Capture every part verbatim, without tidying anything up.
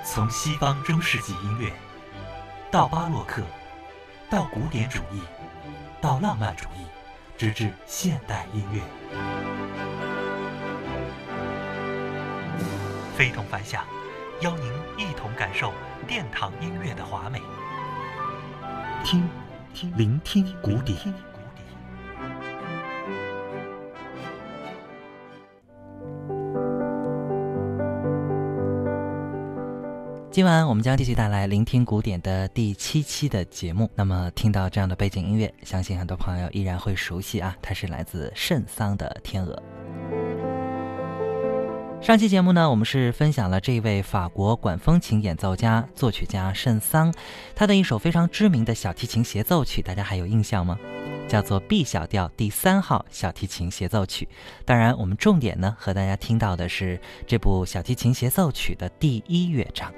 从西方中世纪音乐，到巴洛克，到古典主义，到浪漫主义，直至现代音乐，非同凡响，邀您一同感受殿堂音乐的华美。听，听，聆听古典。 今晚我们将继续带来聆听古典的第七期的节目。那么听到这样的背景音乐，相信很多朋友依然会熟悉啊，它是来自圣桑的天鹅。上期节目呢，我们是分享了这位法国管风琴演奏家、作曲家圣桑，他的一首非常知名的小提琴协奏曲，大家还有印象吗？叫做 B 小调第三号小提琴协奏曲。当然，我们重点呢和大家听到的是这部小提琴协奏曲的第一乐章。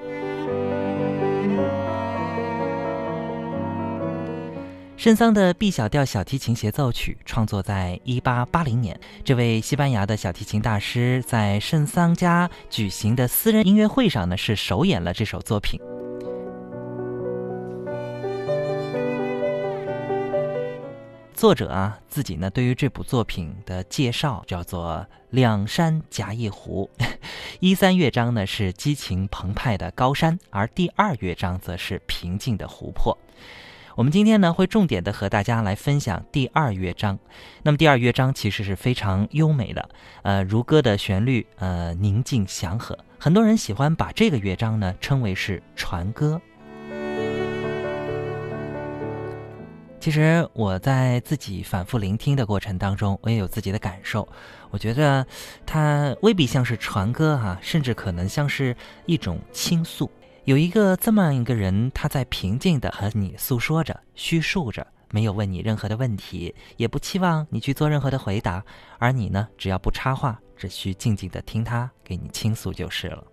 圣桑的 B 小调小提琴协奏曲创作在一八八零年，这位西班牙的小提琴大师在圣桑家举行的私人音乐会上呢，是首演了这首作品。作者啊自己呢对于这部作品的介绍叫做两山夹一湖，一三乐章呢是激情澎湃的高山，而第二乐章则是平静的湖泊。我们今天呢会重点的和大家来分享第二乐章。那么第二乐章其实是非常优美的，呃，如歌的旋律，呃，宁静祥和。很多人喜欢把这个乐章呢称为是船歌。其实我在自己反复聆听的过程当中，我也有自己的感受。我觉得它未必像是船歌啊，甚至可能像是一种倾诉。有一个这么一个人，他在平静地和你诉说着、叙述着，没有问你任何的问题，也不期望你去做任何的回答，而你呢，只要不插话，只需静静地听他给你倾诉就是了。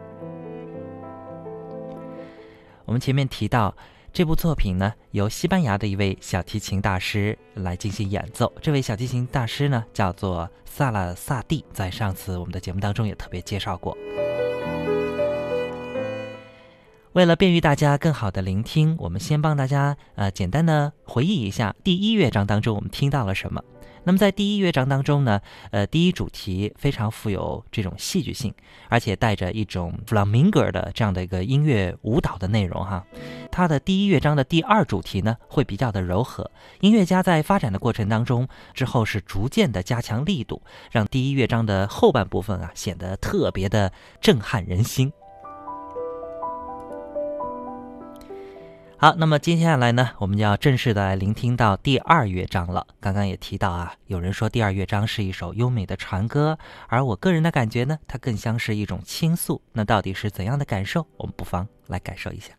我们前面提到这部作品呢，由西班牙的一位小提琴大师来进行演奏。这位小提琴大师呢，叫做萨拉萨蒂，在上次我们的节目当中也特别介绍过。为了便于大家更好的聆听，我们先帮大家呃简单的回忆一下第一乐章当中我们听到了什么。那么在第一乐章当中呢，呃，第一主题非常富有这种戏剧性，而且带着一种 flamingo 的这样的一个音乐舞蹈的内容哈。它的第一乐章的第二主题呢，会比较的柔和。音乐家在发展的过程当中，之后是逐渐的加强力度，让第一乐章的后半部分啊显得特别的震撼人心。好，那么接下来呢，我们就要正式的来聆听到第二乐章了。刚刚也提到啊，有人说第二乐章是一首优美的船歌，而我个人的感觉呢，它更像是一种倾诉。那到底是怎样的感受？我们不妨来感受一下。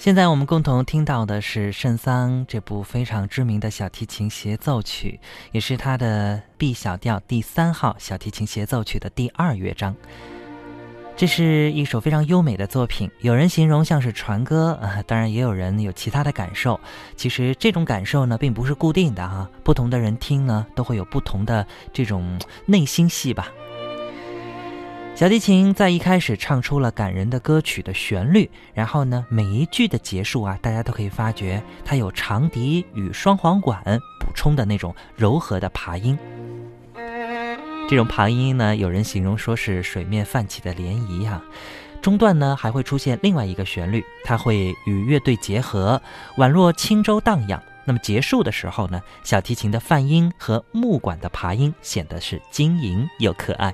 现在我们共同听到的是圣桑这部非常知名的小提琴协奏曲，也是他的 B 小调第三号小提琴协奏曲的第二乐章。这是一首非常优美的作品，有人形容像是传歌，呃、当然也有人有其他的感受。其实这种感受呢，并不是固定的哈，不同的人听呢，都会有不同的这种内心戏吧。小提琴在一开始唱出了感人的歌曲的旋律，然后呢，每一句的结束啊，大家都可以发觉它有长笛与双簧管补充的那种柔和的爬音。这种爬音呢，有人形容说是水面泛起的涟漪啊。中段呢，还会出现另外一个旋律，它会与乐队结合，宛若轻舟荡漾。那么结束的时候呢，小提琴的泛音和木管的爬音显得是晶莹又可爱。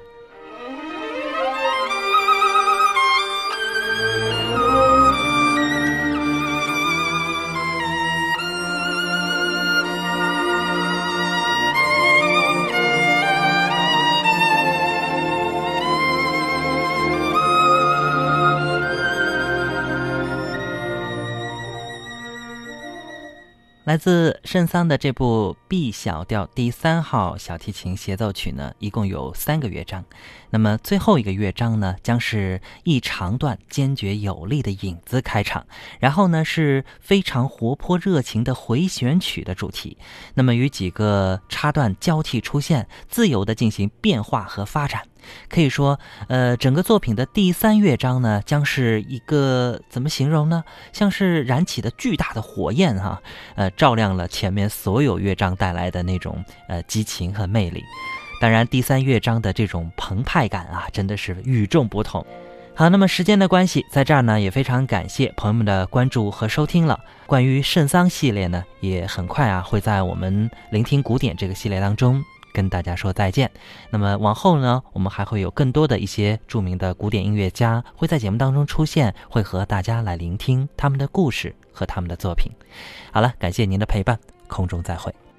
来自圣桑的这部 B 小调第三号小提琴协奏曲呢，一共有三个乐章。那么最后一个乐章呢，将是一长段坚决有力的引子开场，然后呢是非常活泼热情的回旋曲的主题。那么与几个插段交替出现，自由地进行变化和发展。可以说呃，整个作品的第三乐章呢，将是一个怎么形容呢，像是燃起的巨大的火焰哈、啊，呃，照亮了前面所有乐章带来的那种呃激情和魅力。当然第三乐章的这种澎湃感啊，真的是与众不同。好，那么时间的关系，在这儿呢也非常感谢朋友们的关注和收听了。关于圣桑系列呢，也很快啊会在我们聆听古典这个系列当中跟大家说再见。那么往后呢，我们还会有更多的一些著名的古典音乐家会在节目当中出现，会和大家来聆听他们的故事和他们的作品。好了，感谢您的陪伴，空中再会。